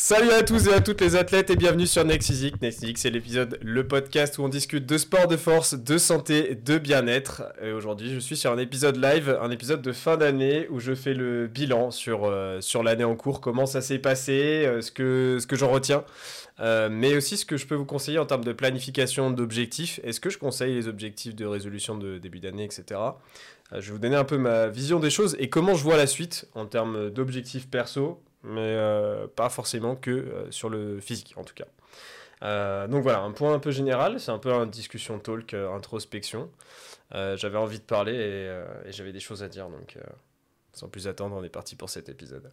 Salut à tous et à toutes les athlètes et bienvenue sur Next Physique. Next Physique, c'est le podcast où on discute de sport de force, de santé, de bien-être. Et aujourd'hui, je suis sur un épisode live, un épisode de fin d'année où je fais le bilan sur l'année en cours, comment ça s'est passé, ce que j'en retiens, mais aussi ce que je peux vous conseiller en termes de planification d'objectifs. Est-ce que je conseille les objectifs de résolution de début d'année, etc. Je vais vous donner un peu ma vision des choses et comment je vois la suite en termes d'objectifs perso, mais pas forcément que sur le physique en tout cas. Donc voilà, un point un peu général, c'est un peu une discussion talk, introspection. J'avais envie de parler et j'avais des choses à dire, donc sans plus attendre, on est parti pour cet épisode.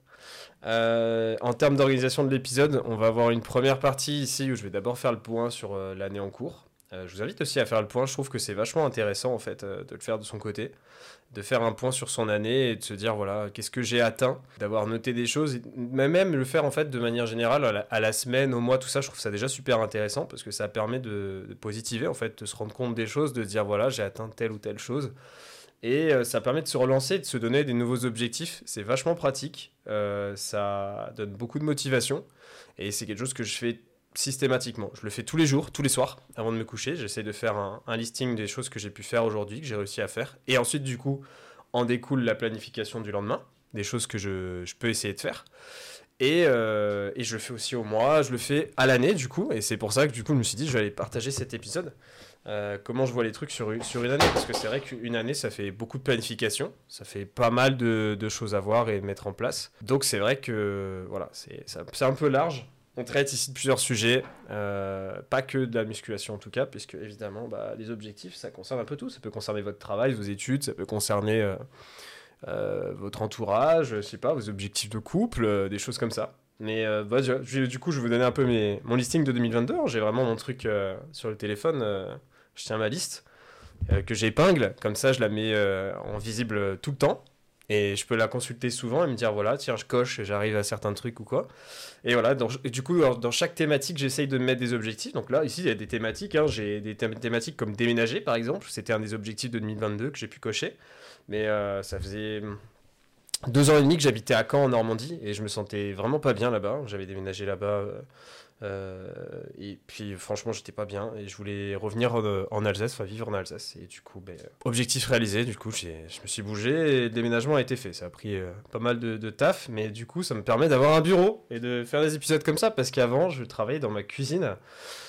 En termes d'organisation de l'épisode, on va avoir une première partie ici où je vais d'abord faire le point sur l'année en cours. Je vous invite aussi à faire le point, je trouve que c'est vachement intéressant en fait de le faire de son côté, de faire un point sur son année et de se dire voilà, qu'est-ce que j'ai atteint, d'avoir noté des choses, mais même le faire en fait de manière générale à la semaine, au mois, tout ça, je trouve ça déjà super intéressant parce que ça permet de positiver en fait, de se rendre compte des choses, de se dire voilà, j'ai atteint telle ou telle chose. Et ça permet de se relancer, de se donner des nouveaux objectifs. C'est vachement pratique, ça donne beaucoup de motivation et c'est quelque chose que je fais systématiquement. Je le fais tous les jours, tous les soirs, avant de me coucher. J'essaie de faire un listing des choses que j'ai pu faire aujourd'hui, que j'ai réussi à faire. Et ensuite, du coup, en découle la planification du lendemain, des choses que je peux essayer de faire. Et je le fais aussi au mois, je le fais à l'année, du coup. Et c'est pour ça que, du coup, je me suis dit, je vais aller partager cet épisode. Comment je vois les trucs sur une année. Parce que c'est vrai qu'une année, ça fait beaucoup de planification. Ça fait pas mal de choses à voir et mettre en place. Donc, c'est vrai que, voilà, c'est un peu large. On traite ici de plusieurs sujets, pas que de la musculation en tout cas, puisque évidemment, les objectifs, ça concerne un peu tout. Ça peut concerner votre travail, vos études, ça peut concerner votre entourage, je sais pas, vos objectifs de couple, des choses comme ça. Mais du coup, je vais vous donner un peu mon listing de 2022. J'ai vraiment mon truc sur le téléphone, je tiens ma liste, que j'épingle, comme ça je la mets en visible tout le temps. Et je peux la consulter souvent et me dire, voilà, tiens, je coche, j'arrive à certains trucs ou quoi. Et voilà, du coup, dans chaque thématique, j'essaye de mettre des objectifs. Donc là, ici, il y a des thématiques. Hein. J'ai des thématiques comme déménager, par exemple. C'était un des objectifs de 2022 que j'ai pu cocher. Mais ça faisait 2 ans et demi que j'habitais à Caen, en Normandie. Et je me sentais vraiment pas bien là-bas. J'avais déménagé là-bas. Et puis, franchement, j'étais pas bien. Et je voulais revenir en Alsace, enfin vivre en Alsace. Et du coup, objectif réalisé. Du coup, je me suis bougé et le déménagement a été fait. Ça a pris pas mal de taf. Mais du coup, ça me permet d'avoir un bureau et de faire des épisodes comme ça. Parce qu'avant, je travaillais dans ma cuisine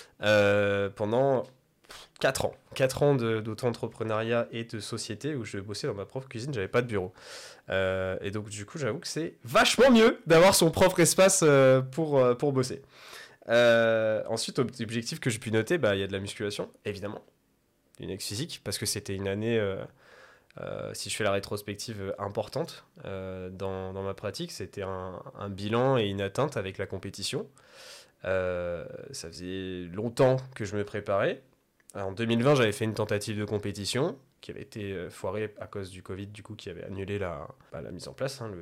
pendant 4 ans. 4 ans d'auto-entrepreneuriat et de société où je bossais dans ma propre cuisine, j'avais pas de bureau. Et donc du coup, j'avoue que c'est vachement mieux d'avoir son propre espace pour bosser. Ensuite, objectif que j'ai pu noter, il y a de la musculation, évidemment. Du Next Physique, parce que c'était une année, si je fais la rétrospective, importante dans ma pratique. C'était un bilan et une atteinte avec la compétition. Ça faisait longtemps que je me préparais. En 2020, j'avais fait une tentative de compétition qui avait été foirée à cause du Covid, du coup, qui avait annulé la mise en place, hein,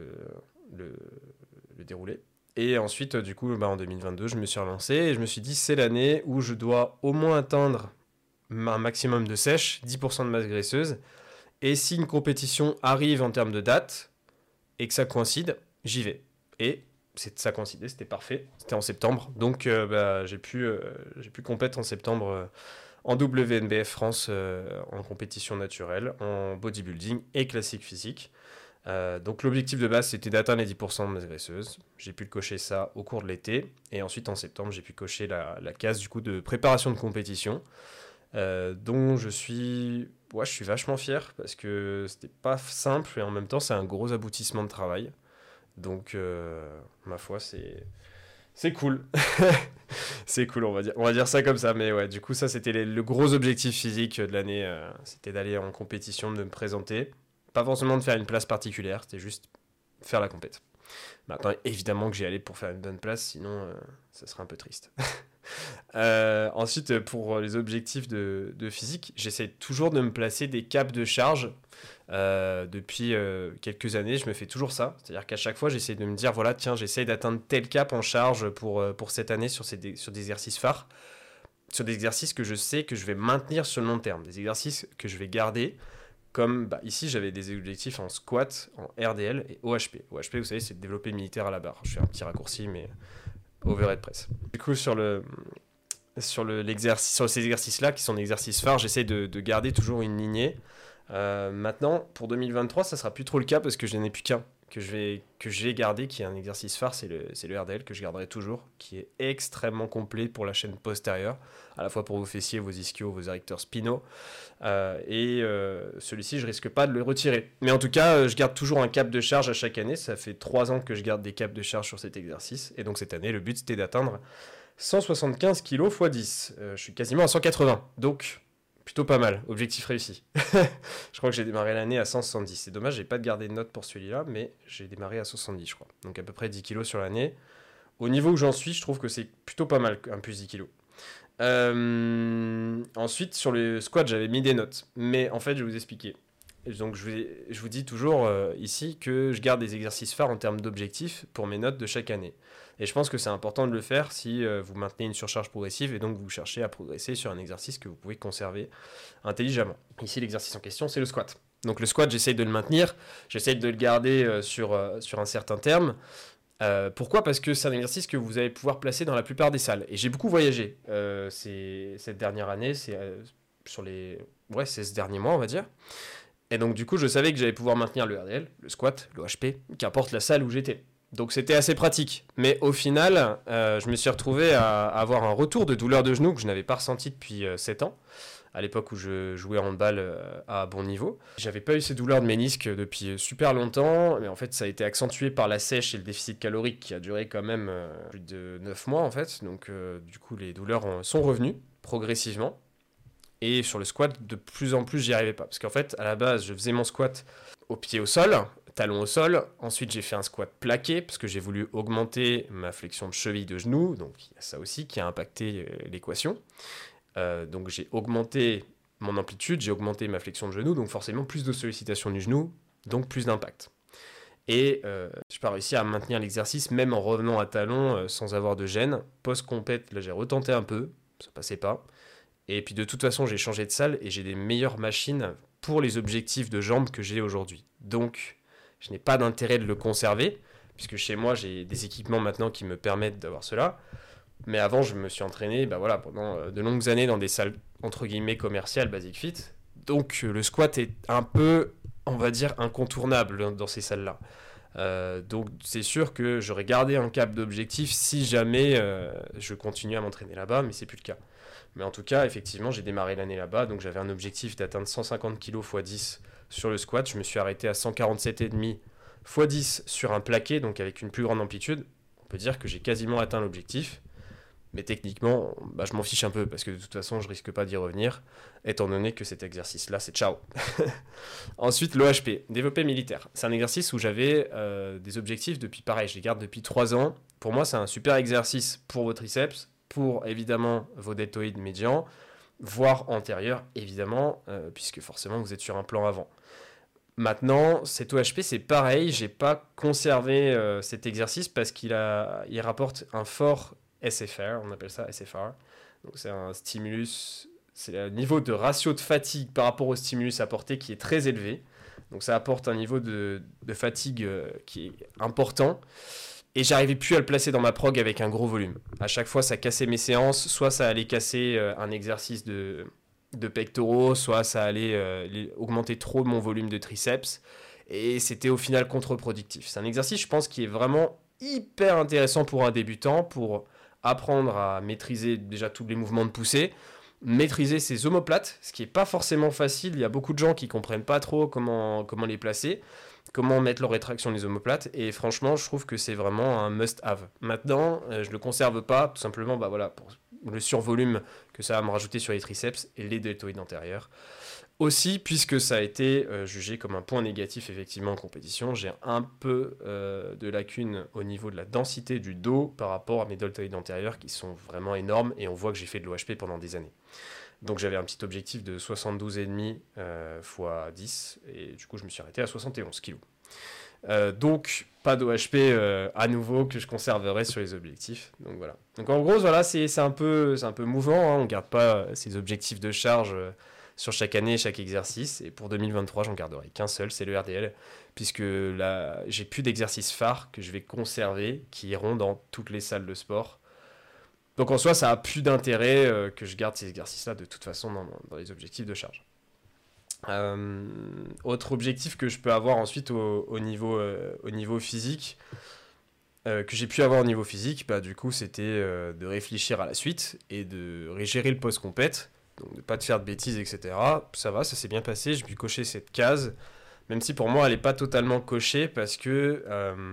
le déroulé. Et ensuite, du coup, en 2022, je me suis relancé et je me suis dit, c'est l'année où je dois au moins atteindre un maximum de sèche, 10% de masse graisseuse. Et si une compétition arrive en termes de date et que ça coïncide, j'y vais. Et ça coïncidait, c'était parfait. C'était en septembre. Donc, j'ai pu compétir en septembre en WNBF France, en compétition naturelle, en bodybuilding et classique physique. Donc l'objectif de base, c'était d'atteindre les 10% de masse graisseuse. J'ai pu le cocher ça au cours de l'été. Et ensuite, en septembre, j'ai pu cocher la case du coup de préparation de compétition, dont je suis vachement fier parce que c'était pas simple et en même temps, c'est un gros aboutissement de travail. Donc, ma foi, c'est cool. C'est cool, on va dire ça comme ça. Mais ouais, du coup, ça, c'était le gros objectif physique de l'année. C'était d'aller en compétition, de me présenter. Pas forcément de faire une place particulière, c'était juste faire la compète. Maintenant, évidemment que j'y allais pour faire une bonne place, sinon, ça serait un peu triste. Ensuite, pour les objectifs de physique, j'essaie toujours de me placer des caps de charge. Depuis quelques années, je me fais toujours ça. C'est-à-dire qu'à chaque fois, j'essaie de me dire, voilà, tiens, j'essaie d'atteindre tel cap en charge pour cette année sur des exercices phares, sur des exercices que je sais que je vais maintenir sur le long terme, des exercices que je vais garder. Comme ici, j'avais des objectifs en squat, en RDL et OHP. OHP, vous savez, c'est le développé militaire à la barre. Je fais un petit raccourci, mais overhead press. Du coup, sur ces exercices-là, qui sont des exercices phares, j'essaie de garder toujours une lignée. Maintenant, pour 2023, ça sera plus trop le cas parce que je n'en ai plus qu'un que j'ai gardé, qui est un exercice phare, c'est le RDL que je garderai toujours, qui est extrêmement complet pour la chaîne postérieure, à la fois pour vos fessiers, vos ischios, vos adducteurs spinaux. Celui-ci, je risque pas de le retirer. Mais en tout cas, je garde toujours un cap de charge à chaque année. Ça fait 3 ans que je garde des caps de charge sur cet exercice. Et donc cette année, le but, c'était d'atteindre 175 kg x 10. Je suis quasiment à 180. Donc, plutôt pas mal. Objectif réussi. Je crois que j'ai démarré l'année à 170. C'est dommage, j'ai pas gardé de note pour celui-là, mais j'ai démarré à 70, je crois. Donc à peu près 10 kg sur l'année. Au niveau où j'en suis, je trouve que c'est plutôt pas mal, un plus 10 kg. Ensuite, sur le squat, j'avais mis des notes. Mais en fait, je vais vous expliquer. Donc je vous dis toujours ici que je garde des exercices phares en termes d'objectifs pour mes notes de chaque année. Et je pense que c'est important de le faire si vous maintenez une surcharge progressive et donc vous cherchez à progresser sur un exercice que vous pouvez conserver intelligemment. Ici, l'exercice en question, c'est le squat. Donc le squat, j'essaye de le maintenir, j'essaye de le garder sur un certain terme. Pourquoi ? Parce que c'est un exercice que vous allez pouvoir placer dans la plupart des salles. Et j'ai beaucoup voyagé cette dernière année, sur les 16 derniers mois, on va dire. Et donc du coup, je savais que j'allais pouvoir maintenir le RDL, le squat, l'OHP, qu'importe la salle où j'étais. Donc c'était assez pratique. Mais au final, je me suis retrouvé à avoir un retour de douleur de genou que je n'avais pas ressenti depuis 7 ans, à l'époque où je jouais en handball à bon niveau. J'avais pas eu ces douleurs de ménisque depuis super longtemps, mais en fait ça a été accentué par la sèche et le déficit calorique qui a duré quand même plus de 9 mois en fait. Donc du coup les douleurs sont revenues progressivement. Et sur le squat, de plus en plus, j'y arrivais pas. Parce qu'en fait, à la base, je faisais mon squat au pied au sol, talon au sol. Ensuite, j'ai fait un squat plaqué, parce que j'ai voulu augmenter ma flexion de cheville de genou. Donc, il y a ça aussi qui a impacté l'équation. Donc, j'ai augmenté mon amplitude, j'ai augmenté ma flexion de genou. Donc, forcément, plus de sollicitation du genou, donc plus d'impact. Et je n'ai pas réussi à maintenir l'exercice, même en revenant à talon, sans avoir de gêne. Post-compète, là, j'ai retenté un peu, ça passait pas. Et puis de toute façon, j'ai changé de salle et j'ai des meilleures machines pour les objectifs de jambes que j'ai aujourd'hui. Donc, je n'ai pas d'intérêt de le conserver, puisque chez moi, j'ai des équipements maintenant qui me permettent d'avoir cela. Mais avant, je me suis entraîné pendant de longues années dans des salles, entre guillemets, commerciales, Basic Fit. Donc, le squat est un peu, on va dire, incontournable dans ces salles-là. Donc, c'est sûr que j'aurais gardé un cap d'objectif si jamais je continuais à m'entraîner là-bas, mais c'est plus le cas. Mais en tout cas, effectivement, j'ai démarré l'année là-bas, donc j'avais un objectif d'atteindre 150 kg x 10 sur le squat. Je me suis arrêté à 147,5 x 10 sur un plaqué, donc avec une plus grande amplitude. On peut dire que j'ai quasiment atteint l'objectif. Mais techniquement, je m'en fiche un peu, parce que de toute façon, je risque pas d'y revenir, étant donné que cet exercice-là, c'est ciao. Ensuite, l'OHP, développé militaire. C'est un exercice où j'avais des objectifs depuis, pareil, je les garde depuis 3 ans. Pour moi, c'est un super exercice pour vos triceps, pour évidemment vos deltoïdes médians, voire antérieurs, évidemment, puisque forcément vous êtes sur un plan avant. Maintenant, cet OHP, c'est pareil, j'ai pas conservé cet exercice parce qu'il rapporte un fort SFR, on appelle ça SFR. Donc c'est un stimulus, c'est un niveau de ratio de fatigue par rapport au stimulus apporté qui est très élevé. Donc ça apporte un niveau de fatigue qui est important. Et j'arrivais plus à le placer dans ma prog avec un gros volume. À chaque fois, ça cassait mes séances. Soit ça allait casser un exercice de pectoraux, soit ça allait augmenter trop mon volume de triceps. Et c'était au final contre-productif. C'est un exercice, je pense, qui est vraiment hyper intéressant pour un débutant, pour apprendre à maîtriser déjà tous les mouvements de poussée, maîtriser ses omoplates, ce qui n'est pas forcément facile. Il y a beaucoup de gens qui ne comprennent pas trop comment les placer, comment mettre leur rétraction des omoplates, et franchement, je trouve que c'est vraiment un must-have. Maintenant, je ne le conserve pas, tout simplement pour le survolume que ça va me rajouter sur les triceps et les deltoïdes antérieurs. Aussi, puisque ça a été jugé comme un point négatif effectivement en compétition, j'ai un peu de lacunes au niveau de la densité du dos par rapport à mes deltoïdes antérieurs qui sont vraiment énormes, et on voit que j'ai fait de l'OHP pendant des années. Donc j'avais un petit objectif de 72,5 x 10, et du coup je me suis arrêté à 71 kg. Donc pas d'OHP à nouveau que je conserverai sur les objectifs. Donc voilà. Donc en gros voilà, c'est un peu mouvant, hein. On ne garde pas ces objectifs de charge sur chaque année, chaque exercice. Et pour 2023, j'en garderai qu'un seul, c'est le RDL, puisque là, j'ai plus d'exercices phares que je vais conserver, qui iront dans toutes les salles de sport. Donc en soi, ça a plus d'intérêt que je garde ces exercices-là de toute façon dans les objectifs de charge. Autre objectif que je peux avoir ensuite au niveau physique, que j'ai pu avoir au niveau physique, bah, du coup, c'était de réfléchir à la suite et de gérer le post-compète, donc de ne pas te faire de bêtises, etc. Ça va, ça s'est bien passé, j'ai pu cocher cette case, même si pour moi, elle n'est pas totalement cochée parce que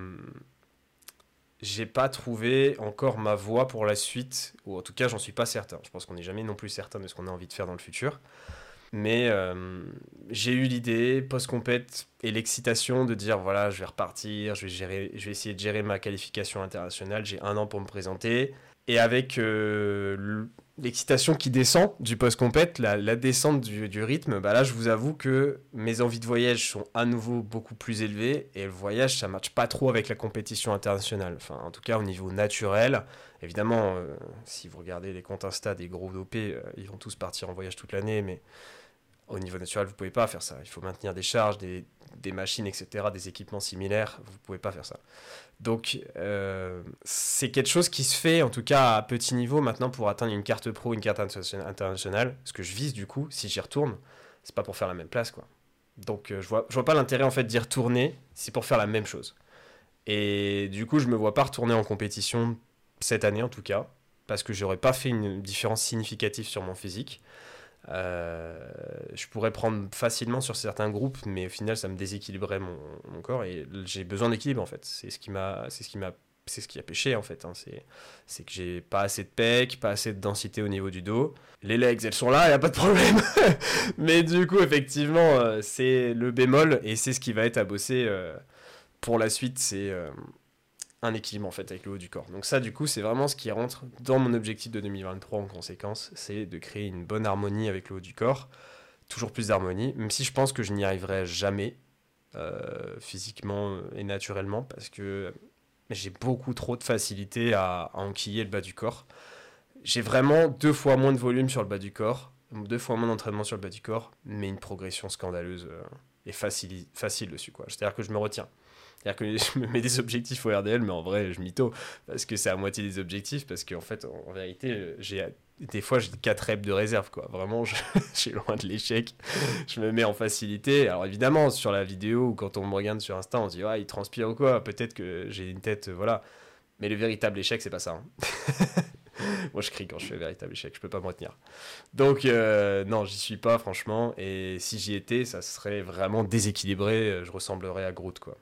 j'ai pas trouvé encore ma voie pour la suite, ou en tout cas, j'en suis pas certain. Je pense qu'on n'est jamais non plus certain de ce qu'on a envie de faire dans le futur. Mais j'ai eu l'idée, post-compète, et l'excitation de dire, voilà, je vais repartir, je vais essayer de gérer ma qualification internationale, j'ai 1 an pour me présenter. Et avec l'excitation qui descend du post-compète, la descente du rythme, bah là, je vous avoue que mes envies de voyage sont à nouveau beaucoup plus élevées, et le voyage, ça ne matche pas trop avec la compétition internationale. Enfin, en tout cas, au niveau naturel. Évidemment, si vous regardez les comptes Insta des gros dopés, ils vont tous partir en voyage toute l'année, mais au niveau naturel, vous ne pouvez pas faire ça. Il faut maintenir des charges, des machines, etc., des équipements similaires. Vous ne pouvez pas faire ça. Donc, c'est quelque chose qui se fait, en tout cas à petit niveau, maintenant pour atteindre une carte pro, une carte internationale. Ce que je vise, du coup, si j'y retourne, c'est pas pour faire la même place, quoi. Donc, je vois pas l'intérêt, en fait, d'y retourner, c'est pour faire la même chose. Et du coup, je me vois pas retourner en compétition cette année, en tout cas, parce que j'aurais pas fait une différence significative sur mon physique. Je pourrais prendre facilement sur certains groupes, mais au final ça me déséquilibrerait mon corps, et j'ai besoin d'équilibre en fait. C'est ce qui a péché en fait, hein. C'est que j'ai pas assez de pecs, pas assez de densité au niveau du dos. Les legs, elles sont là, y a pas de problème. Mais du coup effectivement c'est le bémol, et c'est ce qui va être à bosser pour la suite. C'est un équilibre en fait avec le haut du corps. Donc ça du coup c'est vraiment ce qui rentre dans mon objectif de 2023 en conséquence, c'est de créer une bonne harmonie avec le haut du corps, toujours plus d'harmonie, même si je pense que je n'y arriverai jamais physiquement et naturellement, parce que j'ai beaucoup trop de facilité à enquiller le bas du corps. J'ai vraiment 2 fois moins de volume sur le bas du corps, 2 fois moins d'entraînement sur le bas du corps, mais une progression scandaleuse et facile dessus, quoi. C'est-à-dire que je me retiens. C'est-à-dire que je me mets des objectifs au RDL, mais en vrai, je mytho, parce que c'est à moitié des objectifs, parce qu'en fait, en vérité, des fois, j'ai 4 reps de réserve, quoi. Vraiment, je suis loin de l'échec. Je me mets en facilité. Alors évidemment, sur la vidéo, ou quand on me regarde sur Insta, on se dit, ah, il transpire ou quoi, peut-être que j'ai une tête, voilà. Mais le véritable échec, c'est pas ça, hein. Moi, je crie quand je fais véritable échec, je peux pas me retenir. Donc, non, j'y suis pas, franchement, et si j'y étais, ça serait vraiment déséquilibré, je ressemblerais à Groot, quoi.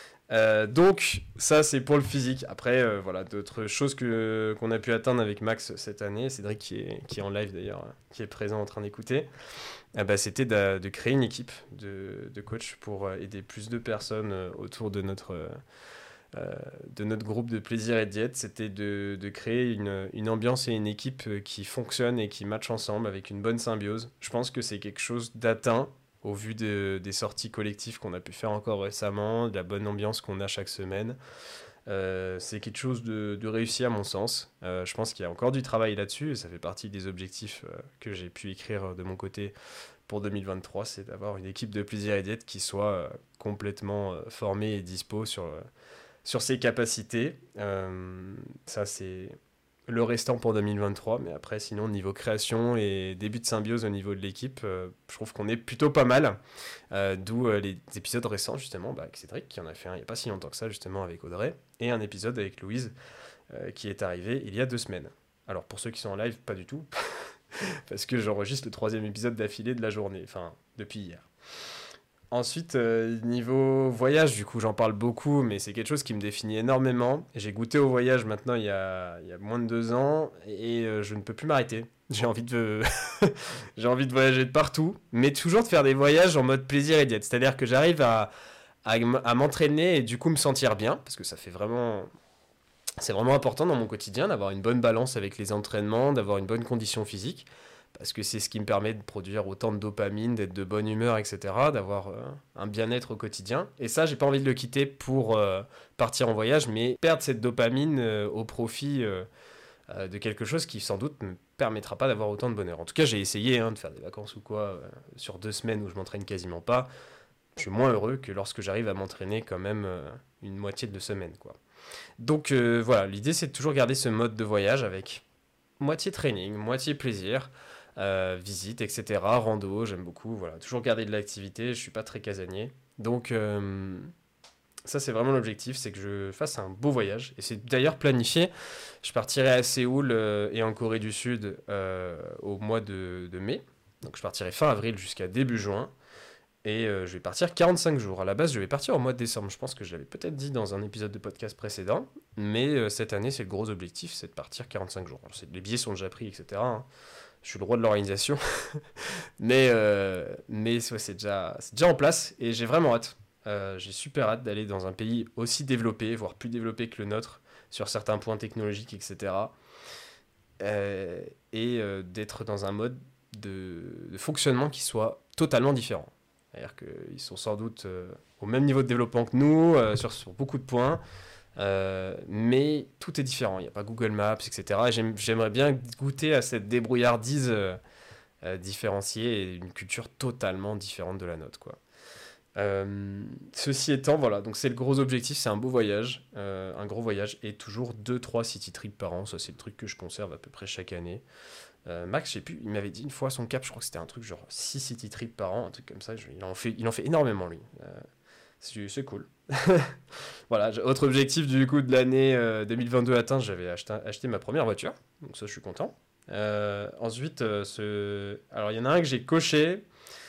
Donc ça c'est pour le physique. Après voilà, d'autres choses qu'on a pu atteindre avec Max cette année, Cédric qui est en live d'ailleurs, qui est présent en train d'écouter, c'était de créer une équipe de coachs pour aider plus de personnes autour de notre groupe de plaisir et de diète. C'était de créer une ambiance et une équipe qui fonctionne et qui matchent ensemble avec une bonne symbiose. Je pense que c'est quelque chose d'atteint au vu des sorties collectives qu'on a pu faire encore récemment, de la bonne ambiance qu'on a chaque semaine. C'est quelque chose de réussi à mon sens. Je pense qu'il y a encore du travail là-dessus, et ça fait partie des objectifs que j'ai pu écrire de mon côté pour 2023, c'est d'avoir une équipe de plaisir et diète qui soit complètement formée et dispo sur ses capacités. Ça c'est le restant pour 2023, mais après sinon niveau création et début de symbiose au niveau de l'équipe, je trouve qu'on est plutôt pas mal, d'où les épisodes récents justement avec Cédric qui en a fait un il n'y a pas si longtemps que ça justement avec Audrey, et un épisode avec Louise qui est arrivé il y a 2 semaines. Alors pour ceux qui sont en live, pas du tout, parce que j'enregistre le 3e épisode d'affilée de la journée, enfin depuis hier. Ensuite, niveau voyage, du coup, j'en parle beaucoup, mais c'est quelque chose qui me définit énormément. J'ai goûté au voyage maintenant il y a moins de 2 ans, et je ne peux plus m'arrêter. J'ai envie de voyager de partout, mais toujours de faire des voyages en mode plaisir et diète. C'est-à-dire que j'arrive à m'entraîner et du coup me sentir bien, parce que c'est vraiment important dans mon quotidien d'avoir une bonne balance avec les entraînements, d'avoir une bonne condition physique, parce que c'est ce qui me permet de produire autant de dopamine, d'être de bonne humeur, etc., d'avoir un bien-être au quotidien. Et ça, j'ai pas envie de le quitter pour partir en voyage, mais perdre cette dopamine au profit de quelque chose qui sans doute ne me permettra pas d'avoir autant de bonheur. En tout cas, j'ai essayé de faire des vacances ou quoi, sur 2 semaines où je m'entraîne quasiment pas. Je suis moins heureux que lorsque j'arrive à m'entraîner quand même une moitié de semaine, quoi. Donc voilà, l'idée c'est de toujours garder ce mode de voyage avec moitié training, moitié plaisir, visite, etc. Rando, j'aime beaucoup, voilà. Toujours garder de l'activité, je suis pas très casanier. Donc ça c'est vraiment l'objectif, c'est que je fasse un beau voyage. Et c'est d'ailleurs planifié. Je partirai à Séoul et en Corée du Sud au mois de mai. Donc je partirai fin avril jusqu'à début juin. Et je vais partir 45 jours. À la base, je vais partir au mois de décembre. Je pense que je l'avais peut-être dit dans un épisode de podcast précédent. Mais cette année, c'est le gros objectif, c'est de partir 45 jours. Alors, les billets sont déjà pris, etc. Je suis le roi de l'organisation. mais ouais, c'est déjà en place et j'ai vraiment hâte. J'ai super hâte d'aller dans un pays aussi développé, voire plus développé que le nôtre, sur certains points technologiques, etc. D'être dans un mode de fonctionnement qui soit totalement différent. C'est-à-dire qu'ils sont sans doute au même niveau de développement que nous, sur beaucoup de points, mais tout est différent. Il n'y a pas Google Maps, etc. Et j'aimerais bien goûter à cette débrouillardise différenciée et une culture totalement différente de la nôtre, quoi. Ceci étant, voilà, donc c'est le gros objectif, c'est un beau voyage, un gros voyage, et toujours 2-3 city trips par an. Ça, c'est le truc que je conserve à peu près chaque année. Max, je sais plus, il m'avait dit une fois son cap, je crois que c'était un truc genre 6 city trips par an, un truc comme ça. Il en fait énormément, lui. C'est cool. Voilà, autre objectif du coup de l'année 2022 atteint, j'avais acheté ma première voiture, donc ça je suis content. Ensuite, alors il y en a un que j'ai coché,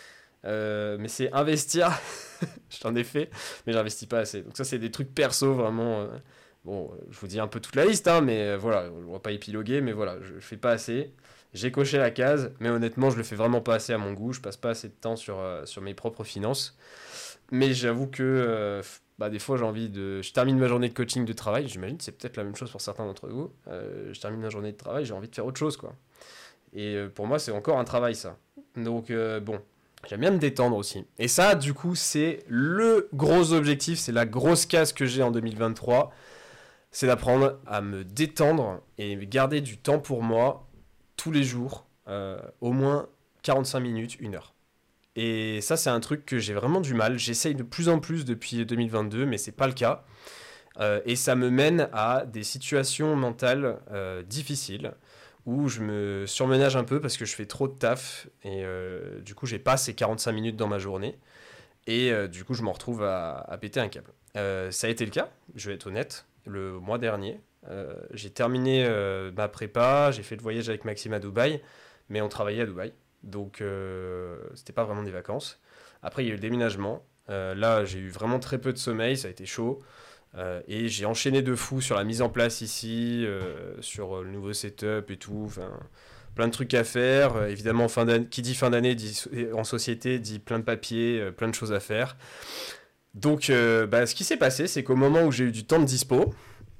mais c'est investir. Je t'en ai fait, mais j'investis pas assez. Donc ça c'est des trucs perso vraiment. Bon, je vous dis un peu toute la liste, mais voilà, on va pas épiloguer, mais voilà, je fais pas assez. J'ai coché la case, mais honnêtement, je le fais vraiment pas assez à mon goût. Je passe pas assez de temps sur mes propres finances. Mais j'avoue que des fois, j'ai envie de. Je termine ma journée de coaching de travail. J'imagine que c'est peut-être la même chose pour certains d'entre vous. Je termine ma journée de travail, j'ai envie de faire autre chose, quoi. Et pour moi, c'est encore un travail, ça. Donc, bon, j'aime bien me détendre aussi. Et ça, du coup, c'est le gros objectif, c'est la grosse case que j'ai en 2023. C'est d'apprendre à me détendre et garder du temps pour moi tous les jours, au moins 45 minutes, 1 heure. Et ça, c'est un truc que j'ai vraiment du mal. J'essaye de plus en plus depuis 2022, mais c'est pas le cas. Et ça me mène à des situations mentales difficiles où je me surmenage un peu parce que je fais trop de taf et du coup, j'ai pas ces 45 minutes dans ma journée. Et du coup, je m'en retrouve à péter un câble. Ça a été le cas, je vais être honnête, le mois dernier. J'ai terminé ma prépa, j'ai fait le voyage avec Maxime à Dubaï, mais on travaillait à Dubaï. Donc, c'était pas vraiment des vacances. Après, il y a eu le déménagement. Là, j'ai eu vraiment très peu de sommeil, ça a été chaud. Et j'ai enchaîné de fou sur la mise en place ici, sur le nouveau setup et tout. Enfin, plein de trucs à faire. Évidemment, qui dit fin d'année dit, en société dit plein de papiers, plein de choses à faire. Donc, ce qui s'est passé, c'est qu'au moment où j'ai eu du temps de dispo,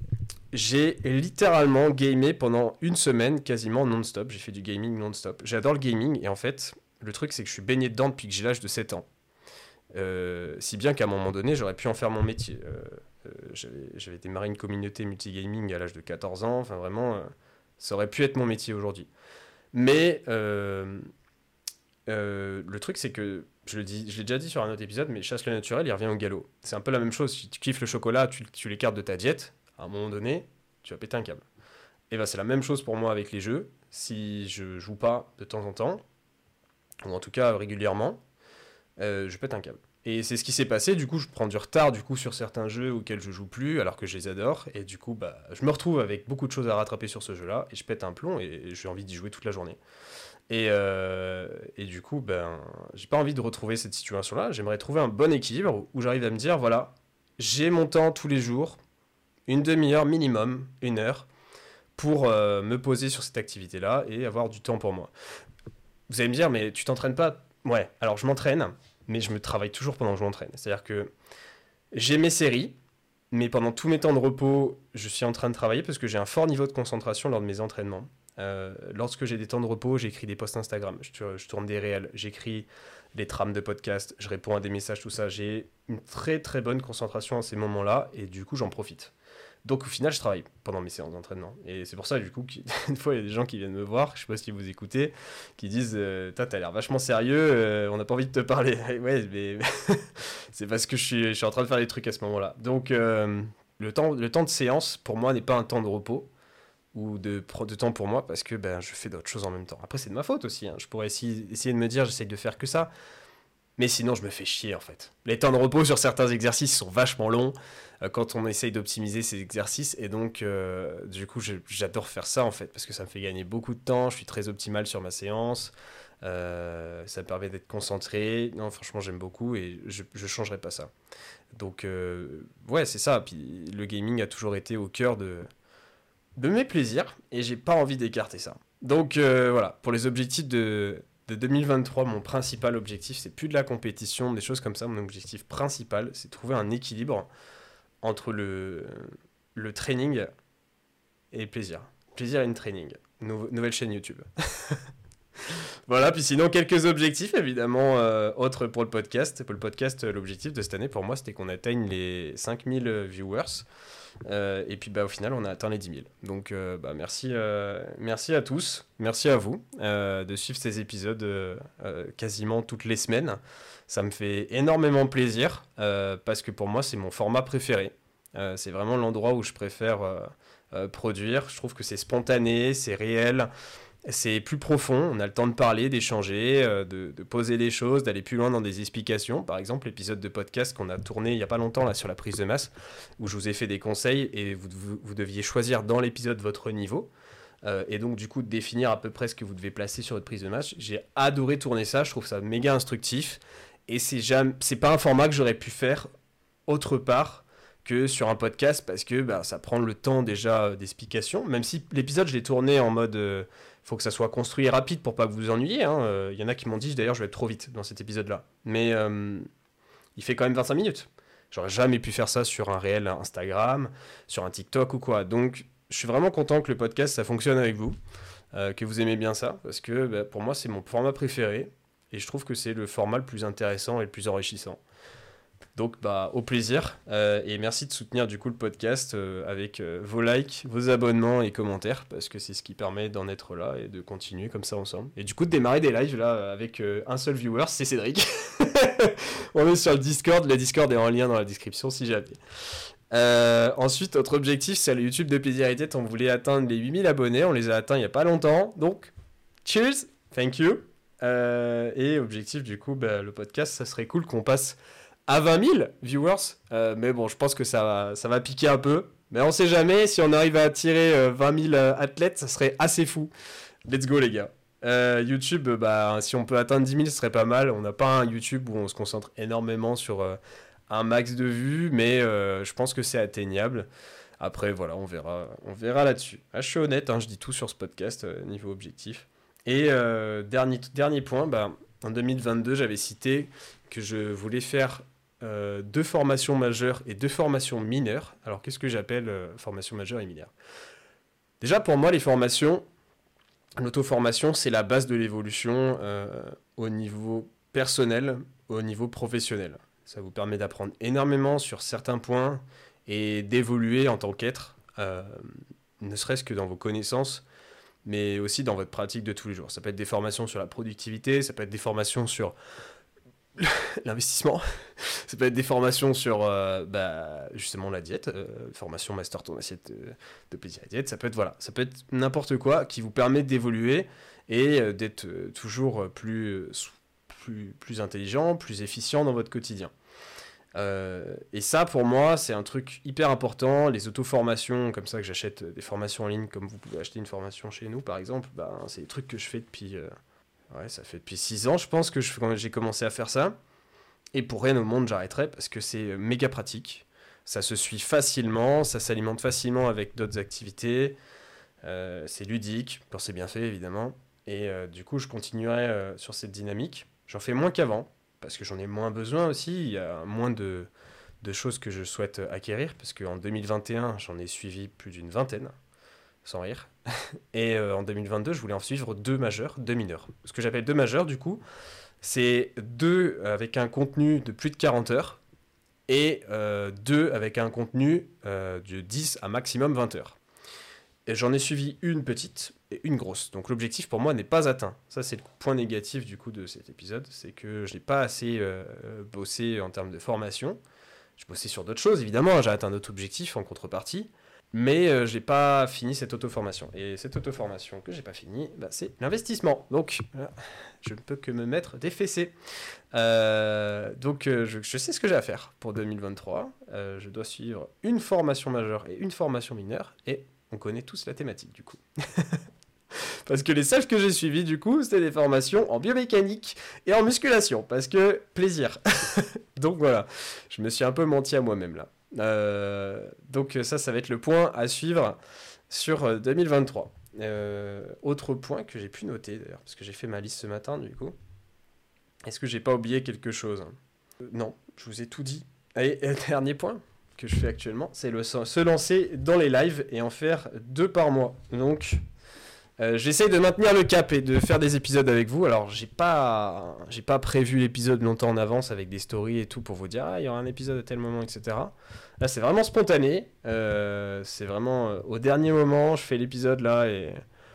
j'ai littéralement gamé pendant 1 semaine, quasiment non-stop. J'ai fait du gaming non-stop. J'adore le gaming, et en fait, le truc, c'est que je suis baigné dedans depuis que j'ai l'âge de 7 ans. Si bien qu'à un moment donné, j'aurais pu en faire mon métier. J'avais démarré une communauté multigaming à l'âge de 14 ans. Enfin, vraiment, ça aurait pu être mon métier aujourd'hui. Mais le truc, c'est que, je l'ai déjà dit sur un autre épisode, mais chasse le naturel, il revient au galop. C'est un peu la même chose. Si tu kiffes le chocolat, tu l'écartes de ta diète. À un moment donné, tu vas péter un câble. Et c'est la même chose pour moi avec les jeux. Si je joue pas de temps en temps, ou en tout cas régulièrement, je pète un câble. Et c'est ce qui s'est passé, du coup je prends du retard sur certains jeux auxquels je joue plus, alors que je les adore, et du coup je me retrouve avec beaucoup de choses à rattraper sur ce jeu-là, et je pète un plomb, et j'ai envie d'y jouer toute la journée. Et du coup, j'ai pas envie de retrouver cette situation-là, j'aimerais trouver un bon équilibre, où j'arrive à me dire, voilà, j'ai mon temps tous les jours, 1/2 heure minimum, 1 heure, pour me poser sur cette activité-là, et avoir du temps pour moi. Vous allez me dire, mais tu t'entraînes pas? Ouais, alors je m'entraîne, mais je me travaille toujours pendant que je m'entraîne. C'est-à-dire que j'ai mes séries, mais pendant tous mes temps de repos, je suis en train de travailler parce que j'ai un fort niveau de concentration lors de mes entraînements. Lorsque j'ai des temps de repos, j'écris des posts Instagram, je tourne des réels, j'écris les trames de podcast, je réponds à des messages, tout ça. J'ai une très très bonne concentration à ces moments-là et du coup j'en profite. Donc au final, je travaille pendant mes séances d'entraînement. Et c'est pour ça, du coup, une fois, il y a des gens qui viennent me voir, je sais pas si vous écoutez, qui disent t'as l'air vachement sérieux, on n'a pas envie de te parler. Ouais, mais c'est parce que je suis en train de faire des trucs à ce moment-là. Donc le temps de séance, pour moi, n'est pas un temps de repos ou de temps pour moi parce que je fais d'autres choses en même temps. Après, c'est de ma faute aussi. Hein. Je pourrais essayer de me dire j'essaye de faire que ça. Mais sinon, je me fais chier en fait. Les temps de repos sur certains exercices sont vachement longs quand on essaye d'optimiser ces exercices. Et donc, du coup, j'adore faire ça en fait parce que ça me fait gagner beaucoup de temps. Je suis très optimal sur ma séance. Ça me permet d'être concentré. Non, franchement, j'aime beaucoup et je changerai pas ça. Donc, ouais, c'est ça. Puis le gaming a toujours été au cœur de mes plaisirs et j'ai pas envie d'écarter ça. Donc, voilà. Pour les objectifs de 2023, mon principal objectif, c'est plus de la compétition, des choses comme ça. Mon objectif principal, c'est de trouver un équilibre entre le training et le plaisir. Plaisir et training. Nouvelle chaîne YouTube. Voilà, puis sinon, quelques objectifs, évidemment, autres pour le podcast. Pour le podcast, l'objectif de cette année, pour moi, c'était qu'on atteigne les 5000 viewers. Et puis au final on a atteint les 10 000 donc merci à tous, merci à vous de suivre ces épisodes quasiment toutes les semaines. Ça me fait énormément plaisir parce que pour moi c'est mon format préféré, c'est vraiment l'endroit où je préfère produire. Je trouve que c'est spontané, c'est réel, c'est plus profond, on a le temps de parler, d'échanger, de poser les choses, d'aller plus loin dans des explications. Par exemple, l'épisode de podcast qu'on a tourné il n'y a pas longtemps là, sur la prise de masse, où je vous ai fait des conseils et vous deviez choisir dans l'épisode votre niveau. Et donc du coup, définir à peu près ce que vous devez placer sur votre prise de masse. J'ai adoré tourner ça, je trouve ça méga instructif. Et c'est pas un format que j'aurais pu faire autre part que sur un podcast parce que ça prend le temps déjà d'explication. Même si l'épisode, je l'ai tourné en mode... faut que ça soit construit et rapide pour pas que vous vous ennuyiez. Y en a qui m'ont dit, d'ailleurs, je vais être trop vite dans cet épisode-là. Mais il fait quand même 25 minutes. J'aurais jamais pu faire ça sur un réel Instagram, sur un TikTok ou quoi. Donc, je suis vraiment content que le podcast, ça fonctionne avec vous, que vous aimez bien ça, parce que pour moi, c'est mon format préféré. Et je trouve que c'est le format le plus intéressant et le plus enrichissant. Donc, au plaisir. Et merci de soutenir du coup le podcast avec vos likes, vos abonnements et commentaires, parce que c'est ce qui permet d'en être là et de continuer comme ça ensemble. Et du coup, de démarrer des lives là avec un seul viewer, c'est Cédric. On est sur le Discord. Le Discord est en lien dans la description si jamais. Ensuite, notre objectif, c'est le YouTube de Plaisir et Tête. On voulait atteindre les 8000 abonnés. On les a atteints il n'y a pas longtemps. Donc, cheers, thank you. Et objectif, du coup, le podcast, ça serait cool qu'on passe à 20 000 viewers, mais bon, je pense que ça va piquer un peu. Mais on sait jamais, si on arrive à attirer 20 000 athlètes, ça serait assez fou. Let's go les gars. YouTube, si on peut atteindre 10 000, ce serait pas mal. On n'a pas un YouTube où on se concentre énormément sur un max de vues, mais je pense que c'est atteignable. Après, voilà, on verra là-dessus. Je suis honnête, je dis tout sur ce podcast, niveau objectif. Et dernier point, en 2022, j'avais cité que je voulais faire 2 formations majeures et 2 formations mineures. Alors, qu'est-ce que j'appelle formation majeure et mineure ? Déjà, pour moi, les formations, l'auto-formation, c'est la base de l'évolution au niveau personnel, au niveau professionnel. Ça vous permet d'apprendre énormément sur certains points et d'évoluer en tant qu'être, ne serait-ce que dans vos connaissances, mais aussi dans votre pratique de tous les jours. Ça peut être des formations sur la productivité, ça peut être des formations sur l'investissement, ça peut être des formations sur justement la diète, formation master ton assiette de plaisir et diète, ça peut être n'importe quoi qui vous permet d'évoluer et d'être toujours plus intelligent, plus efficient dans votre quotidien. Et ça pour moi c'est un truc hyper important. Les auto-formations comme ça, que j'achète des formations en ligne comme vous pouvez acheter une formation chez nous par exemple, c'est des trucs que je fais depuis ça fait depuis 6 ans je pense que j'ai commencé à faire ça, et pour rien au monde j'arrêterai parce que c'est méga pratique, ça se suit facilement, ça s'alimente facilement avec d'autres activités, c'est ludique quand c'est bien fait évidemment, et du coup je continuerai sur cette dynamique. J'en fais moins qu'avant parce que j'en ai moins besoin aussi, il y a moins de choses que je souhaite acquérir, parce qu'en 2021 j'en ai suivi plus d'une vingtaine, sans rire. Et en 2022, je voulais en suivre 2 majeurs, 2 mineurs. Ce que j'appelle 2 majeurs, du coup, c'est 2 avec un contenu de plus de 40 heures et 2 avec un contenu de 10 à maximum 20 heures. Et j'en ai suivi une petite et une grosse. Donc l'objectif pour moi n'est pas atteint. Ça c'est le point négatif du coup de cet épisode, c'est que je n'ai pas assez bossé en termes de formation. Je bossais sur d'autres choses évidemment, j'ai atteint d'autres objectifs en contrepartie, mais j'ai pas fini cette auto-formation. Et cette auto-formation que j'ai pas finie, c'est l'investissement. Donc je ne peux que me mettre des fessées. Donc je sais ce que j'ai à faire pour 2023. Je dois suivre une formation majeure et une formation mineure, et on connaît tous la thématique du coup. Parce que les seules que j'ai suivies du coup, c'était des formations en biomécanique et en musculation, parce que plaisir. Donc voilà, je me suis un peu menti à moi-même là. Donc ça va être le point à suivre sur 2023. Autre point que j'ai pu noter d'ailleurs, parce que j'ai fait ma liste ce matin du coup. Est-ce que j'ai pas oublié quelque chose ? Non, je vous ai tout dit. Allez, dernier point que je fais actuellement, c'est se lancer dans les lives et en faire 2 par mois. Donc j'essaye de maintenir le cap et de faire des épisodes avec vous. Alors j'ai pas prévu l'épisode longtemps en avance avec des stories et tout pour vous dire il y aura un épisode à tel moment, etc. Là c'est vraiment spontané. C'est vraiment au dernier moment je fais l'épisode là et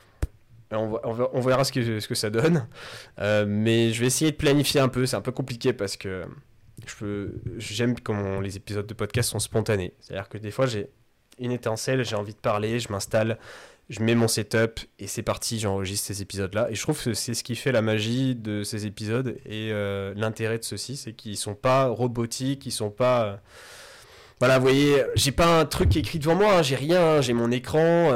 on verra ce que ça donne. Mais je vais essayer de planifier un peu. C'est un peu compliqué parce que j'aime quand les épisodes de podcast sont spontanés. C'est-à-dire que des fois j'ai une étincelle, j'ai envie de parler, je m'installe, je mets mon setup et c'est parti, j'enregistre ces épisodes-là. Et je trouve que c'est ce qui fait la magie de ces épisodes et l'intérêt de ceux-ci, c'est qu'ils sont pas robotiques, ils sont pas... Voilà, vous voyez, j'ai pas un truc écrit devant moi, hein, j'ai rien, j'ai mon écran,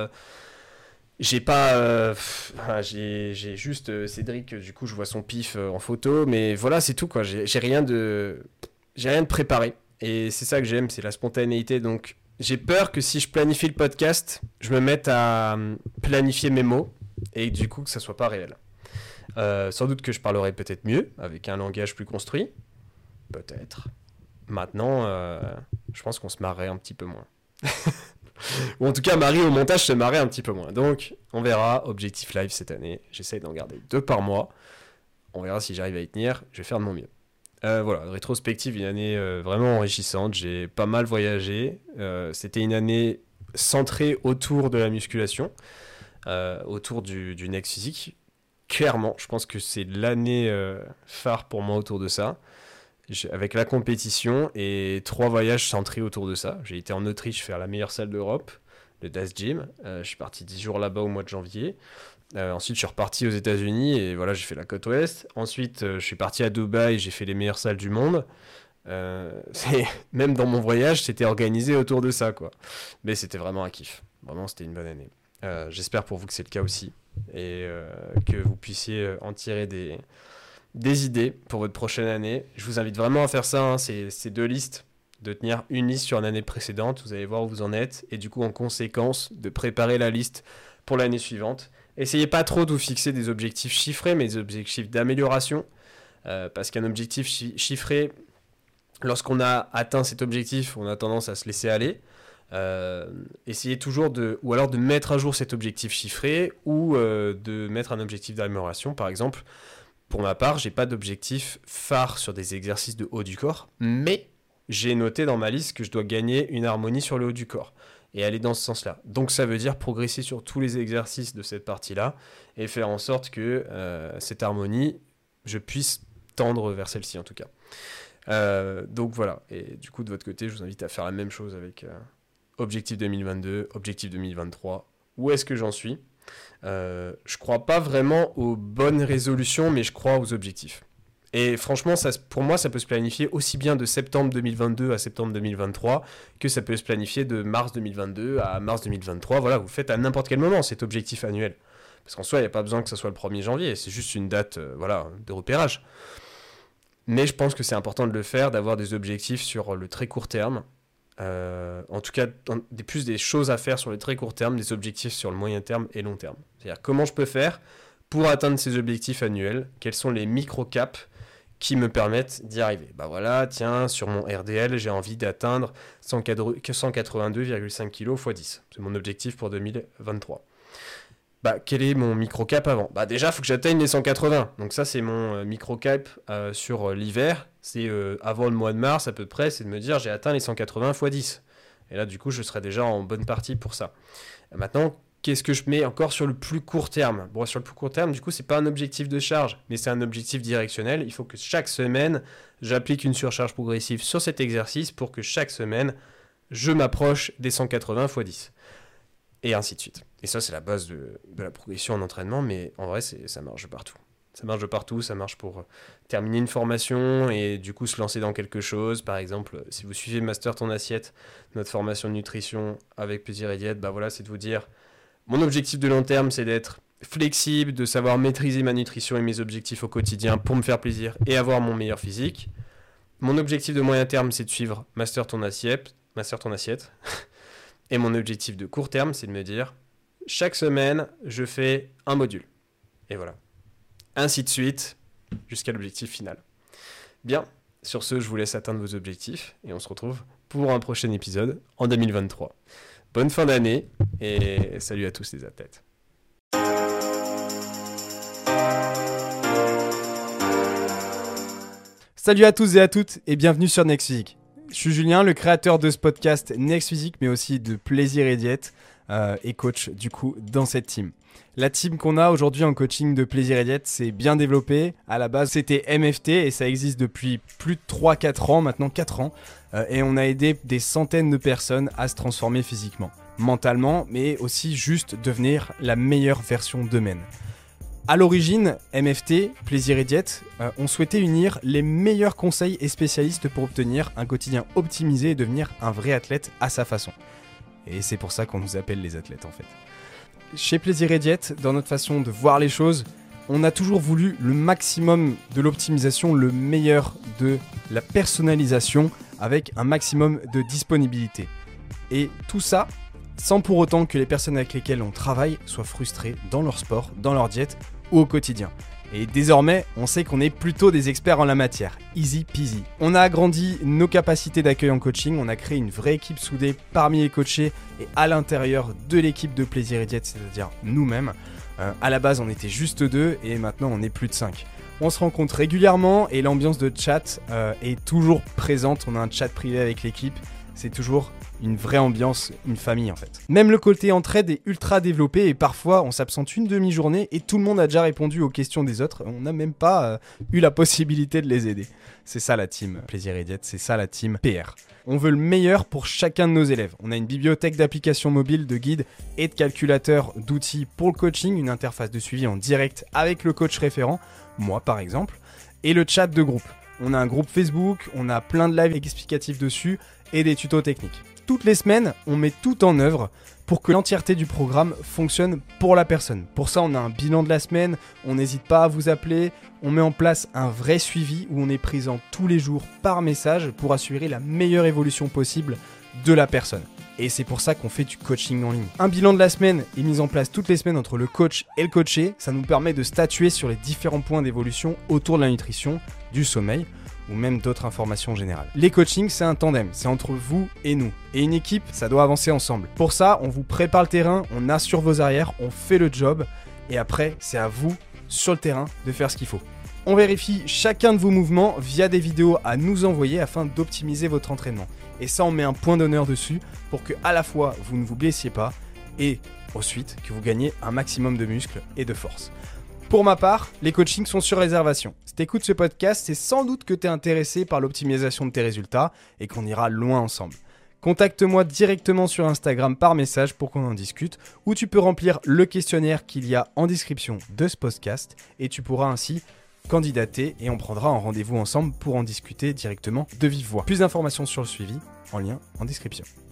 j'ai pas... j'ai juste Cédric, du coup je vois son pif en photo, mais voilà, c'est tout quoi, j'ai rien de préparé. Et c'est ça que j'aime, c'est la spontanéité, donc... J'ai peur que si je planifie le podcast, je me mette à planifier mes mots et du coup que ça soit pas réel. Sans doute que je parlerai peut-être mieux, avec un langage plus construit. Peut-être. Maintenant, je pense qu'on se marrait un petit peu moins. Ou en tout cas, Marie au montage se marrait un petit peu moins. Donc, on verra. Objectif live cette année. J'essaye d'en garder 2 par mois. On verra si j'arrive à y tenir. Je vais faire de mon mieux. Voilà, rétrospective, une année vraiment enrichissante. J'ai pas mal voyagé. C'était une année centrée autour de la musculation, autour du Next Physique. Clairement, je pense que c'est l'année phare pour moi autour de ça. Avec la compétition et 3 voyages centrés autour de ça. J'ai été en Autriche faire la meilleure salle d'Europe, le Das Gym. Je suis parti 10 jours là-bas au mois de janvier. Ensuite, je suis reparti aux États-Unis et voilà, j'ai fait la côte ouest. Ensuite, je suis parti à Dubaï, j'ai fait les meilleures salles du monde. Même dans mon voyage, c'était organisé autour de ça, quoi. Mais c'était vraiment un kiff. Vraiment, c'était une bonne année. J'espère pour vous que c'est le cas aussi et que vous puissiez en tirer des idées pour votre prochaine année. Je vous invite vraiment à faire ça, hein, ces 2 listes, de tenir une liste sur l'année précédente. Vous allez voir où vous en êtes et du coup, en conséquence, de préparer la liste pour l'année suivante. Essayez pas trop de vous fixer des objectifs chiffrés, mais des objectifs d'amélioration. Parce qu'un objectif chiffré, lorsqu'on a atteint cet objectif, on a tendance à se laisser aller. Essayez toujours ou alors de mettre à jour cet objectif chiffré ou de mettre un objectif d'amélioration. Par exemple, pour ma part, j'ai pas d'objectif phare sur des exercices de haut du corps, mais j'ai noté dans ma liste que je dois gagner une harmonie sur le haut du corps. Et aller dans ce sens-là. Donc ça veut dire progresser sur tous les exercices de cette partie-là et faire en sorte que cette harmonie, je puisse tendre vers celle-ci en tout cas. Donc voilà. Et du coup, de votre côté, je vous invite à faire la même chose avec Objectif 2022, Objectif 2023. Où est-ce que j'en suis ? Je crois pas vraiment aux bonnes résolutions, mais je crois aux objectifs. Et franchement, pour moi, ça peut se planifier aussi bien de septembre 2022 à septembre 2023 que ça peut se planifier de mars 2022 à mars 2023. Voilà, vous le faites à n'importe quel moment, cet objectif annuel. Parce qu'en soi, il n'y a pas besoin que ça soit le 1er janvier, c'est juste une date de repérage. Mais je pense que c'est important de le faire, d'avoir des objectifs sur le très court terme. En tout cas, plus des choses à faire sur le très court terme, des objectifs sur le moyen terme et long terme. C'est-à-dire comment je peux faire pour atteindre ces objectifs annuels, quels sont les micro-caps qui me permettent d'y arriver. Bah voilà, tiens, sur mon RDL, j'ai envie d'atteindre 182,5 kg x 10. C'est mon objectif pour 2023. quel est mon micro-cap avant ? Déjà, il faut que j'atteigne les 180. Donc ça, c'est mon micro-cap sur l'hiver. C'est avant le mois de mars à peu près, c'est de me dire j'ai atteint les 180 x 10. Et là, du coup, je serai déjà en bonne partie pour ça. Maintenant, qu'est-ce que je mets encore sur le plus court terme ? Sur le plus court terme, du coup, c'est pas un objectif de charge, mais c'est un objectif directionnel. Il faut que chaque semaine, j'applique une surcharge progressive sur cet exercice pour que chaque semaine, je m'approche des 180 x 10. Et ainsi de suite. Et ça, c'est la base de la progression en entraînement, mais en vrai, ça marche partout. Ça marche partout, ça marche pour terminer une formation et du coup se lancer dans quelque chose. Par exemple, si vous suivez Master ton assiette, notre formation de nutrition avec plaisir et diète, c'est de vous dire, mon objectif de long terme, c'est d'être flexible, de savoir maîtriser ma nutrition et mes objectifs au quotidien pour me faire plaisir et avoir mon meilleur physique. Mon objectif de moyen terme, c'est de suivre Master ton assiette. Et mon objectif de court terme, c'est de me dire, chaque semaine, je fais un module. Et voilà. Ainsi de suite, jusqu'à l'objectif final. Bien, sur ce, je vous laisse atteindre vos objectifs et on se retrouve pour un prochain épisode en 2023. Bonne fin d'année et salut à tous les athlètes. Salut à tous et à toutes et bienvenue sur Next Physique. Je suis Julien, le créateur de ce podcast Next Physique, mais aussi de Plaisir et Diète et coach du coup dans cette team. La team qu'on a aujourd'hui en coaching de Plaisir et Diète, c'est bien développé. À la base, c'était MFT et ça existe depuis plus de 3-4 ans, maintenant 4 ans. Et on a aidé des centaines de personnes à se transformer physiquement, mentalement, mais aussi juste devenir la meilleure version d'eux-mêmes. À l'origine, MFT, Plaisir et Diète, on souhaitait unir les meilleurs conseils et spécialistes pour obtenir un quotidien optimisé et devenir un vrai athlète à sa façon. Et c'est pour ça qu'on nous appelle les athlètes en fait. Chez Plaisir et Diète, dans notre façon de voir les choses, on a toujours voulu le maximum de l'optimisation, le meilleur de la personnalisation avec un maximum de disponibilité. Et tout ça sans pour autant que les personnes avec lesquelles on travaille soient frustrées dans leur sport, dans leur diète ou au quotidien. Et désormais, on sait qu'on est plutôt des experts en la matière. Easy peasy. On a agrandi nos capacités d'accueil en coaching, on a créé une vraie équipe soudée parmi les coachés et à l'intérieur de l'équipe de Plaisir et Diète, c'est-à-dire nous-mêmes. À la base, on était juste 2 et maintenant on est plus de 5. On se rencontre régulièrement et l'ambiance de chat est toujours présente. On a un chat privé avec l'équipe, c'est toujours une vraie ambiance, une famille en fait. Même le côté entraide est ultra développé et parfois on s'absente une demi-journée et tout le monde a déjà répondu aux questions des autres. On n'a même pas eu la possibilité de les aider. C'est ça la team Plaisir et Diète, c'est ça la team PR. On veut le meilleur pour chacun de nos élèves. On a une bibliothèque d'applications mobiles, de guides et de calculateurs d'outils pour le coaching, une interface de suivi en direct avec le coach référent, moi par exemple, et le chat de groupe. On a un groupe Facebook, on a plein de lives explicatifs dessus et des tutos techniques. Toutes les semaines, on met tout en œuvre pour que l'entièreté du programme fonctionne pour la personne. Pour ça, on a un bilan de la semaine, on n'hésite pas à vous appeler, on met en place un vrai suivi où on est présent tous les jours par message pour assurer la meilleure évolution possible de la personne. Et c'est pour ça qu'on fait du coaching en ligne. Un bilan de la semaine est mis en place toutes les semaines entre le coach et le coaché. Ça nous permet de statuer sur les différents points d'évolution autour de la nutrition, du sommeil, ou même d'autres informations générales. Les coachings, c'est un tandem, c'est entre vous et nous. Et une équipe, ça doit avancer ensemble. Pour ça, on vous prépare le terrain, on assure vos arrières, on fait le job, et après, c'est à vous, sur le terrain, de faire ce qu'il faut. On vérifie chacun de vos mouvements via des vidéos à nous envoyer afin d'optimiser votre entraînement. Et ça, on met un point d'honneur dessus pour que à la fois, vous ne vous blessiez pas, et ensuite, que vous gagnez un maximum de muscles et de force. Pour ma part, les coachings sont sur réservation. Si tu écoutes ce podcast, c'est sans doute que tu es intéressé par l'optimisation de tes résultats et qu'on ira loin ensemble. Contacte-moi directement sur Instagram par message pour qu'on en discute, ou tu peux remplir le questionnaire qu'il y a en description de ce podcast et tu pourras ainsi candidater et on prendra un rendez-vous ensemble pour en discuter directement de vive voix. Plus d'informations sur le suivi en lien en description.